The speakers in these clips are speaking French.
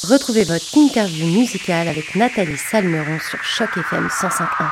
Retrouvez votre interview musicale avec Nathalie Salmeron sur Choc FM 105.1.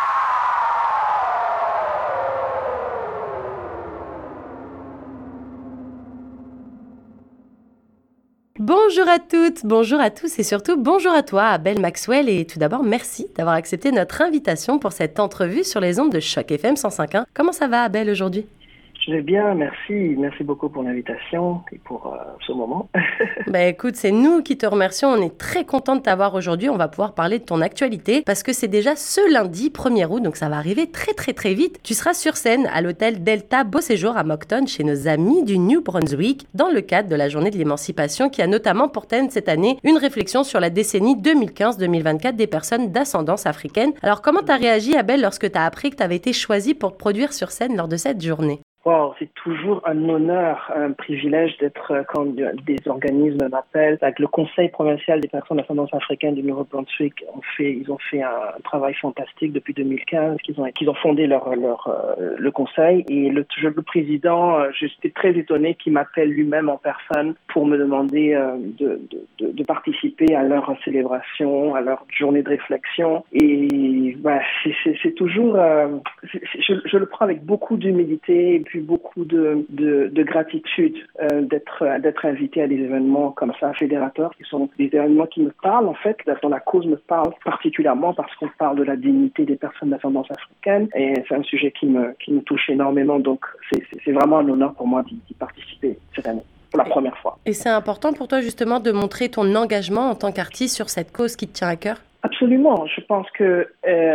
Bonjour à toutes, bonjour à tous et surtout bonjour à toi, Abel Maxwell. Et tout d'abord, merci d'avoir accepté notre invitation pour cette entrevue sur les ondes de Choc FM 105.1. Comment ça va, Abel, aujourd'hui ? Je vais bien, merci. Merci beaucoup pour l'invitation et pour ce moment. Écoute, c'est nous qui te remercions. On est très contents de t'avoir aujourd'hui. On va pouvoir parler de ton actualité parce que c'est déjà ce lundi 1er août, donc ça va arriver très vite. Tu seras sur scène à l'hôtel Delta Beau Séjour à Moncton chez nos amis du New Brunswick dans le cadre de la journée de l'émancipation qui a notamment pour thème cette année une réflexion sur la décennie 2015-2024 des personnes d'ascendance africaine. Alors comment t'as réagi, Abel, lorsque t'as appris que t'avais été choisi pour te produire sur scène lors de cette journée ? Wow, c'est toujours un honneur, un privilège d'être quand des organismes m'appellent. Avec le Conseil provincial des personnes d'ascendance africaine du Nouveau-Brunswick, ils ont fait un travail fantastique depuis 2015, qu'ils ont fondé le conseil. Et le président, j'étais très étonné qu'il m'appelle lui-même en personne pour me demander de participer à leur célébration, à leur journée de réflexion. Et c'est toujours, je le prends avec beaucoup d'humilité et puis beaucoup de gratitude d'être invité à des événements comme ça, fédérateurs, qui sont des événements qui me parlent en fait, dont la cause me parle particulièrement parce qu'on parle de la dignité des personnes d'ascendance africaine et c'est un sujet qui me touche énormément, donc c'est vraiment un honneur pour moi d'y participer cette année. Pour la première fois. Et c'est important pour toi justement de montrer ton engagement en tant qu'artiste sur cette cause qui te tient à cœur ? Absolument. Je pense que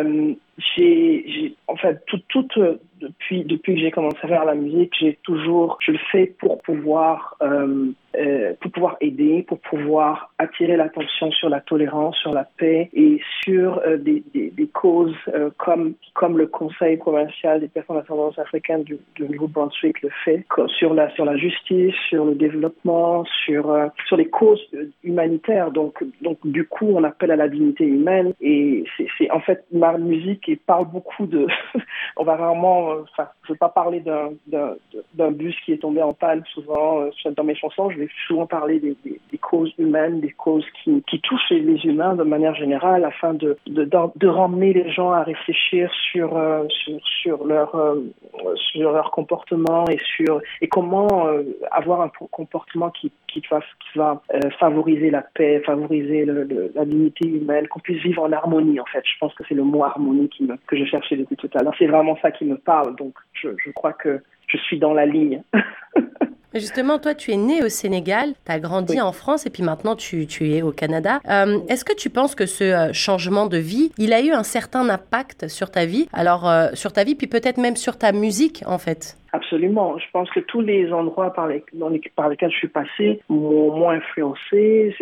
j'ai en fait depuis que j'ai commencé à faire la musique, je le fais pour pouvoir aider, pour pouvoir attirer l'attention sur la tolérance, sur la paix et sur des causes comme le Conseil provincial des personnes d'ascendance africaine du Nouveau-Brunswick le fait, sur la justice, sur le développement, sur les causes humanitaires. Donc du coup, on appelle à la dignité humaine et c'est en fait ma musique et parle beaucoup de on va rarement je vais pas parler d'un bus qui est tombé en panne souvent dans mes chansons. Je vais souvent parler des causes humaines, des causes qui touchent les humains de manière générale, afin de ramener les gens à réfléchir sur leur comportement et comment avoir un comportement qui va favoriser la paix, favoriser la dignité humaine, qu'on puisse vivre en harmonie en fait. Je pense que c'est le mot harmonie que je cherchais depuis tout à l'heure. C'est vraiment ça qui me parle, donc je crois que je suis dans la ligne. Justement, toi, tu es né au Sénégal, tu as grandi en France et puis maintenant tu es au Canada. Est-ce que tu penses que ce changement de vie, il a eu un certain impact sur ta vie ? Alors, sur ta vie, puis peut-être même sur ta musique, en fait ? Absolument. Je pense que tous les endroits par lesquels je suis passé m'ont influencé.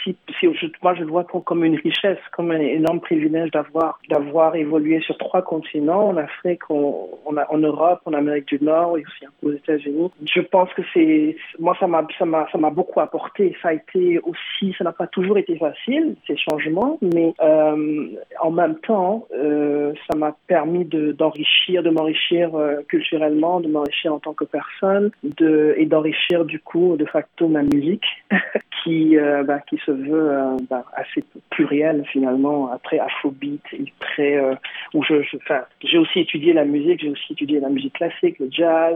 Moi, je le vois comme une richesse, comme un énorme privilège d'avoir évolué sur 3 continents, en Afrique, en Europe, en Amérique du Nord et aussi aux États-Unis. Je pense que moi, ça m'a beaucoup apporté. Ça n'a pas toujours été facile, ces changements, mais en même temps, ça m'a permis de m'enrichir culturellement, de m'enrichir en tant que personne et d'enrichir du coup de facto ma musique qui se veut assez plurielle finalement, très afrobeat et très où j'ai aussi étudié la musique, j'ai aussi étudié la musique classique, le jazz,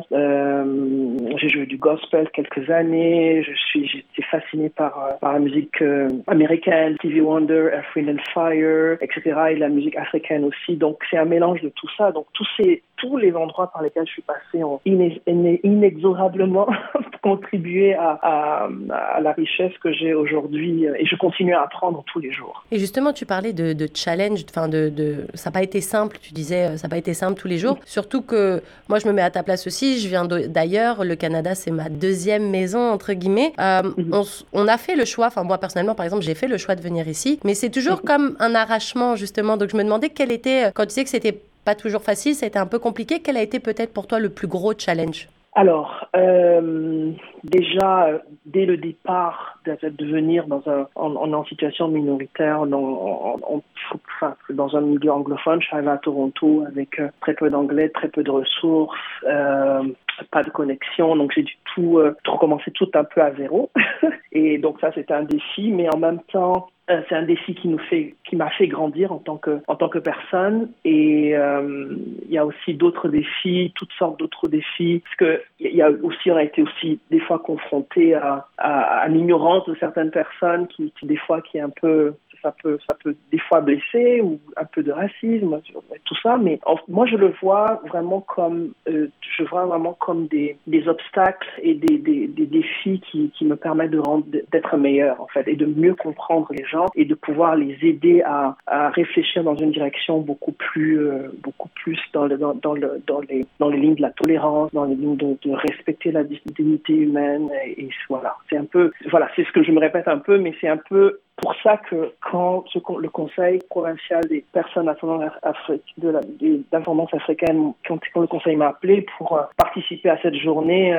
j'ai joué du gospel quelques années, j'étais fasciné par la musique américaine, Stevie Wonder, Earth, Wind and Fire, etc. et la musique africaine aussi, donc c'est un mélange de tout ça, donc tous les endroits par lesquels je suis passé ont inexorablement contribué à la richesse que j'ai aujourd'hui et je continue à apprendre tous les jours. Et justement, tu parlais de challenge, ça n'a pas été simple, tu disais, ça n'a pas été simple tous les jours, surtout que moi je me mets à ta place aussi, je viens d'ailleurs, le Canada c'est ma deuxième maison entre guillemets, on a fait le choix, moi personnellement par exemple j'ai fait le choix de venir ici, mais c'est toujours comme un arrachement justement, donc je me demandais quel était, quand tu sais que c'était pas toujours facile, ça a été un peu compliqué. Quel a été peut-être pour toi le plus gros challenge ? Alors, déjà, dès le départ, de venir en situation minoritaire, dans un milieu anglophone, je suis arrivée à Toronto avec très peu d'anglais, très peu de ressources, pas de connexion, donc j'ai dû tout recommencer tout un peu à zéro. Et donc ça, c'était un défi, mais en même temps, c'est un défi qui m'a fait grandir en tant que personne. Et il y a aussi d'autres défis, toutes sortes d'autres défis, parce que on a été aussi des fois confrontés à l'ignorance de certaines personnes qui des fois qui est un peu ça peut des fois blesser, ou un peu de racisme, tout ça. Mais moi, je le vois vraiment comme des obstacles et des défis qui me permettent d'être meilleur, en fait, et de mieux comprendre les gens et de pouvoir les aider à réfléchir dans une direction beaucoup plus dans les lignes de la tolérance, dans les lignes de respecter la dignité humaine. Et voilà, c'est ce que je me répète un peu, mais c'est un peu pour ça que quand le Conseil provincial des personnes à d'ascendance africaine, quand le Conseil m'a appelé pour participer à cette journée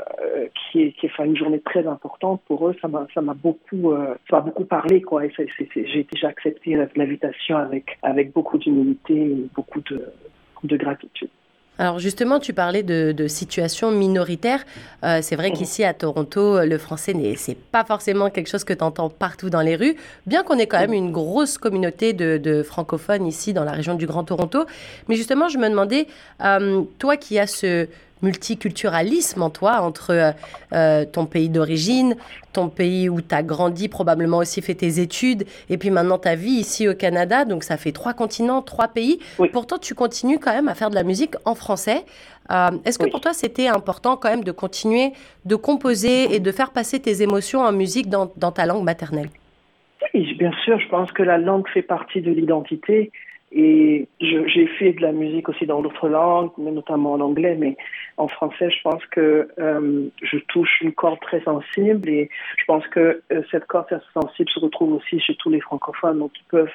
qui est une journée très importante pour eux, ça m'a beaucoup parlé, quoi. Et j'ai déjà accepté l'invitation avec beaucoup d'humilité et beaucoup de gratitude. Alors justement, tu parlais de situation minoritaire. C'est vrai qu'ici à Toronto, le français, c'est pas forcément quelque chose que tu entends partout dans les rues, bien qu'on ait quand même une grosse communauté de francophones ici dans la région du Grand Toronto. Mais justement, je me demandais, toi qui as ce multiculturalisme en toi, entre ton pays d'origine, ton pays où tu as grandi, probablement aussi fait tes études, et puis maintenant ta vie ici au Canada, donc ça fait 3 continents, 3 pays. Oui. Pourtant, tu continues quand même à faire de la musique en français. Est-ce que pour toi, c'était important quand même de continuer de composer et de faire passer tes émotions en musique dans ta langue maternelle? Oui, bien sûr, je pense que la langue fait partie de l'identité. Et j'ai fait de la musique aussi dans d'autres langues, mais notamment en anglais, mais en français, je pense que je touche une corde très sensible, et je pense que cette corde très sensible se retrouve aussi chez tous les francophones, donc ils peuvent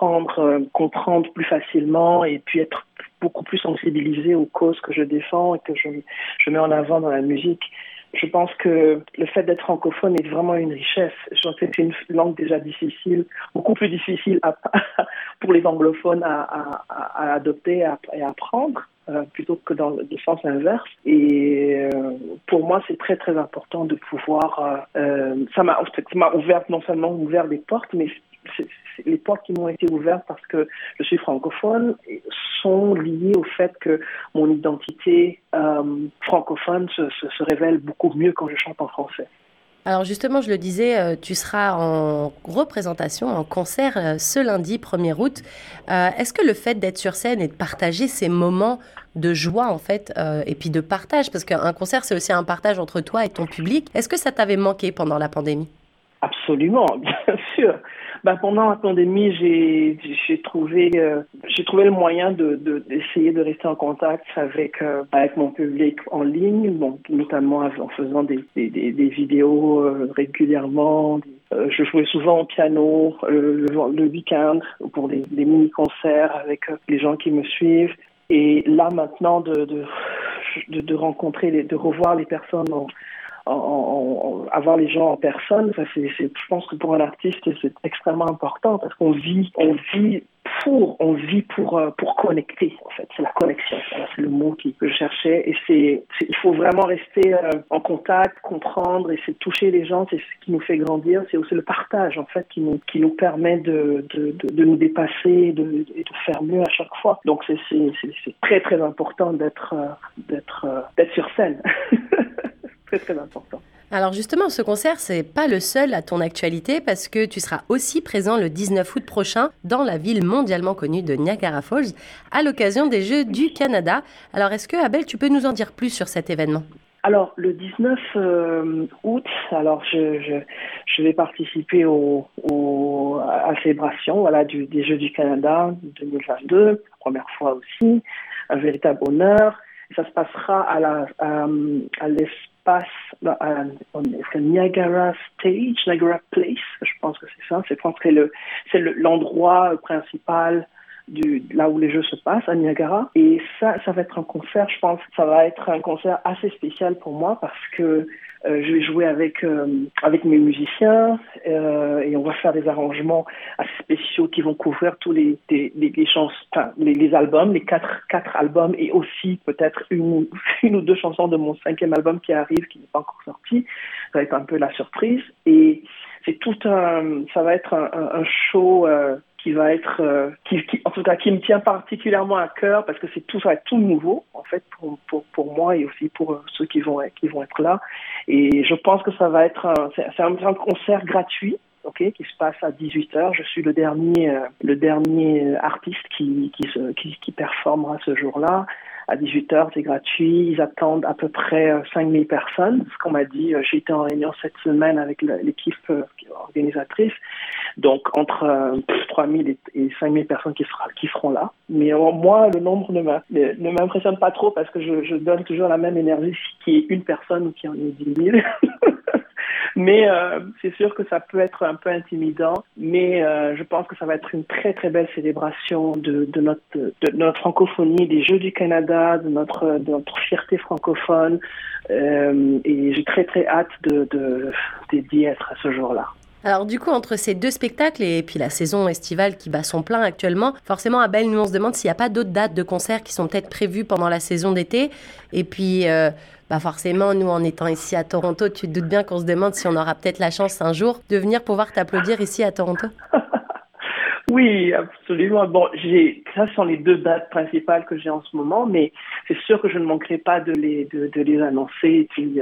comprendre plus facilement et puis être beaucoup plus sensibilisés aux causes que je défends et que je mets en avant dans la musique. Je pense que le fait d'être francophone est vraiment une richesse. Je pense que c'est une langue déjà difficile, beaucoup plus difficile pour les anglophones à adopter et à apprendre, plutôt que dans le sens inverse. Et pour moi, c'est très très important de pouvoir... ça m'a non seulement ouvert des portes, mais les portes qui m'ont été ouvertes parce que je suis francophone sont liées au fait que mon identité francophone se révèle beaucoup mieux quand je chante en français. Alors justement, je le disais, tu seras en représentation, en concert ce lundi 1er août. Est-ce que le fait d'être sur scène et de partager ces moments de joie, en fait, et puis de partage, parce qu'un concert, c'est aussi un partage entre toi et ton public, est-ce que ça t'avait manqué pendant la pandémie? Absolument, bien sûr. Pendant la pandémie, j'ai trouvé le moyen d'essayer de rester en contact avec mon public en ligne, notamment en faisant des vidéos régulièrement. Je jouais souvent au piano le week-end pour des mini-concerts avec les gens qui me suivent. Et là maintenant de rencontrer, de revoir les personnes avoir les gens en personne, je pense que pour un artiste c'est extrêmement important, parce qu'on vit pour connecter, en fait. C'est la connexion, c'est le mot que je cherchais, et il faut vraiment rester en contact, comprendre, et c'est toucher les gens, c'est ce qui nous fait grandir. C'est aussi le partage, en fait, qui nous permet de nous dépasser et de faire mieux à chaque fois. Donc c'est très très important d'être sur scène. Très très important. Alors justement, ce concert, c'est pas le seul à ton actualité, parce que tu seras aussi présent le 19 août prochain dans la ville mondialement connue de Niagara Falls à l'occasion des Jeux du Canada. Alors est-ce que, Abel, tu peux nous en dire plus sur cet événement? Alors, le 19 août, alors je vais participer à la célébration des Jeux du Canada 2022, première fois aussi, un véritable honneur. Ça se passera à l'espace, Niagara Stage, Niagara Place, je pense que c'est ça. Je pense que c'est l'endroit principal là où les Jeux se passent, à Niagara. Et ça va être un concert, je pense, ça va être un concert assez spécial pour moi parce que je vais jouer avec mes musiciens et on va faire des arrangements assez spéciaux qui vont couvrir tous les chansons, enfin, les albums, les quatre albums et aussi peut-être une ou deux chansons de mon 5e album qui arrive, qui n'est pas encore sorti. Ça va être un peu la surprise et c'est ça va être un show qui va être, en tout cas, qui me tient particulièrement à cœur parce que ça va être tout nouveau, en fait, pour moi et aussi pour ceux qui vont être là. Et je pense que ça va être c'est un concert gratuit, ok, qui se passe à 18h. Je suis le dernier artiste qui performera ce jour-là. À 18h, c'est gratuit. Ils attendent à peu près 5000 personnes. Ce qu'on m'a dit, j'ai été en réunion cette semaine avec l'équipe organisatrice. Donc, entre 3000 et 5000 personnes qui seront là. Mais moi, le nombre ne m'impressionne pas trop parce que je donne toujours la même énergie qu'il y ait une personne ou qu'il y en ait 10 000. Mais c'est sûr que ça peut être un peu intimidant, mais je pense que ça va être une très très belle célébration de notre francophonie, des Jeux du Canada, de notre fierté francophone, et j'ai très très hâte d'y être à ce jour-là. Alors du coup, entre ces deux spectacles et puis la saison estivale qui bat son plein actuellement, forcément, Abel, nous on se demande s'il n'y a pas d'autres dates de concerts qui sont peut-être prévues pendant la saison d'été. Et puis, forcément, nous en étant ici à Toronto, tu te doutes bien qu'on se demande si on aura peut-être la chance un jour de venir pouvoir t'applaudir ici à Toronto. Oui, absolument. Bon, ça sont les deux dates principales que j'ai en ce moment, mais c'est sûr que je ne manquerai pas de les annoncer et puis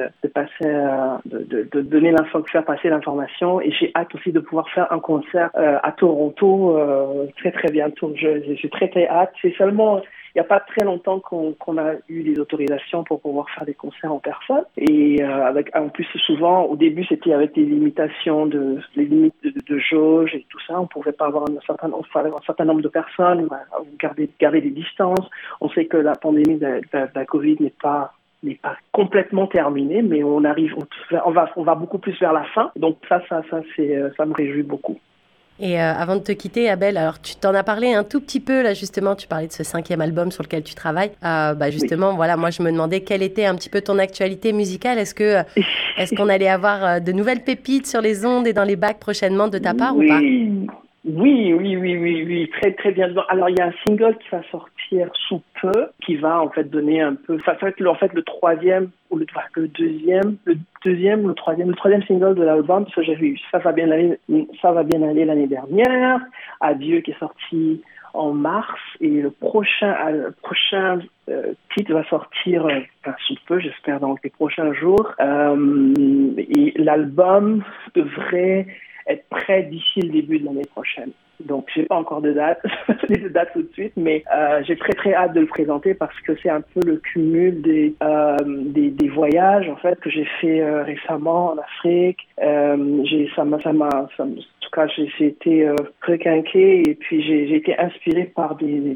faire passer l'information. Et j'ai hâte aussi de pouvoir faire un concert à Toronto très très bientôt. J'ai très très hâte. C'est seulement il n'y a pas très longtemps qu'on a eu les autorisations pour pouvoir faire des concerts en personne. Et en plus, souvent, au début, c'était avec des limitations les limites de jauge et tout ça. On ne pouvait pas avoir un certain nombre de personnes, garder des distances. On sait que la pandémie de la COVID n'est pas complètement terminée, mais on va beaucoup plus vers la fin. Donc ça me réjouit beaucoup. Et avant de te quitter, Abel, alors tu t'en as parlé un tout petit peu, là justement, tu parlais de ce 5e album sur lequel tu travailles. Justement, oui. Voilà, moi je me demandais quelle était un petit peu ton actualité musicale. Est-ce qu'on allait avoir de nouvelles pépites sur les ondes et dans les bacs prochainement de ta part ou pas? Oui, très très bien. Alors il y a un single qui va sortir sous peu, qui va en fait donner un peu, ça va être en fait le troisième ou le troisième single de l'album, parce que j'ai vu ça va bien aller l'année dernière. Adieu qui est sorti en mars et le prochain titre va sortir sous peu, j'espère dans les prochains jours. Et l'album devrait être prêt d'ici le début de l'année prochaine. Donc, j'ai pas encore de date, tout de suite, mais j'ai très très hâte de le présenter parce que c'est un peu le cumul des voyages en fait que j'ai fait récemment en Afrique. En tout cas, j'ai été requinqué et puis j'ai été inspiré par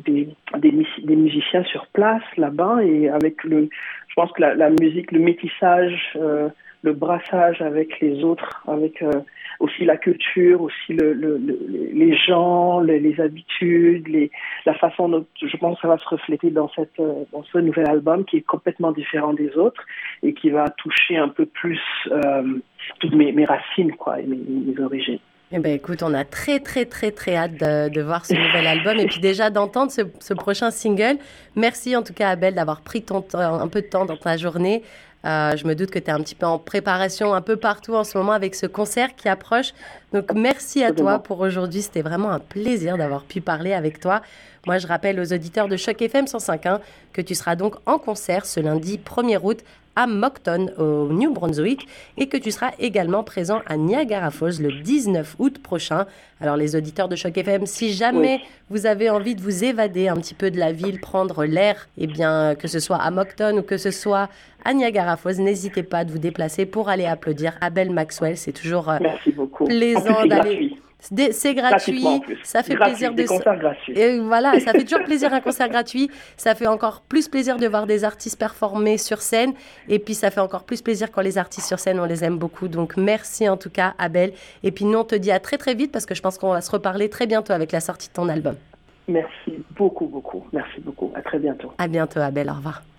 des musiciens sur place là-bas et je pense que la musique, le métissage, le brassage avec les autres, avec aussi la culture, aussi les gens, les habitudes, la façon dont je pense que ça va se refléter dans ce nouvel album qui est complètement différent des autres et qui va toucher un peu plus toutes mes racines quoi, et mes origines. Eh ben, écoute, on a très, très, très, très hâte de voir ce nouvel album et puis déjà d'entendre ce prochain single. Merci en tout cas, Abel, d'avoir pris un peu de temps dans ta journée. Je me doute que tu es un petit peu en préparation un peu partout en ce moment avec ce concert qui approche. Donc, merci à toi pour aujourd'hui. C'était vraiment un plaisir d'avoir pu parler avec toi. Moi, je rappelle aux auditeurs de Choc FM 105.1 que tu seras donc en concert ce lundi 1er août à Moncton, au New Brunswick, et que tu seras également présent à Niagara Falls le 19 août prochain. Alors, les auditeurs de Choc FM, si jamais vous avez envie de vous évader un petit peu de la ville, prendre l'air, eh bien, que ce soit à Moncton ou que ce soit à Niagara Falls, n'hésitez pas de vous déplacer pour aller applaudir Abel Maxwell. C'est toujours plaisant d'aller. C'est gratuit, ça fait plaisir de concerts gratuits. Et voilà, ça fait toujours plaisir un concert gratuit. Ça fait encore plus plaisir de voir des artistes performer sur scène. Et puis ça fait encore plus plaisir quand les artistes sur scène, on les aime beaucoup. Donc merci en tout cas, Abel. Et puis nous, on te dit à très très vite parce que je pense qu'on va se reparler très bientôt avec la sortie de ton album. Merci beaucoup, beaucoup. Merci beaucoup. À très bientôt. À bientôt, Abel. Au revoir.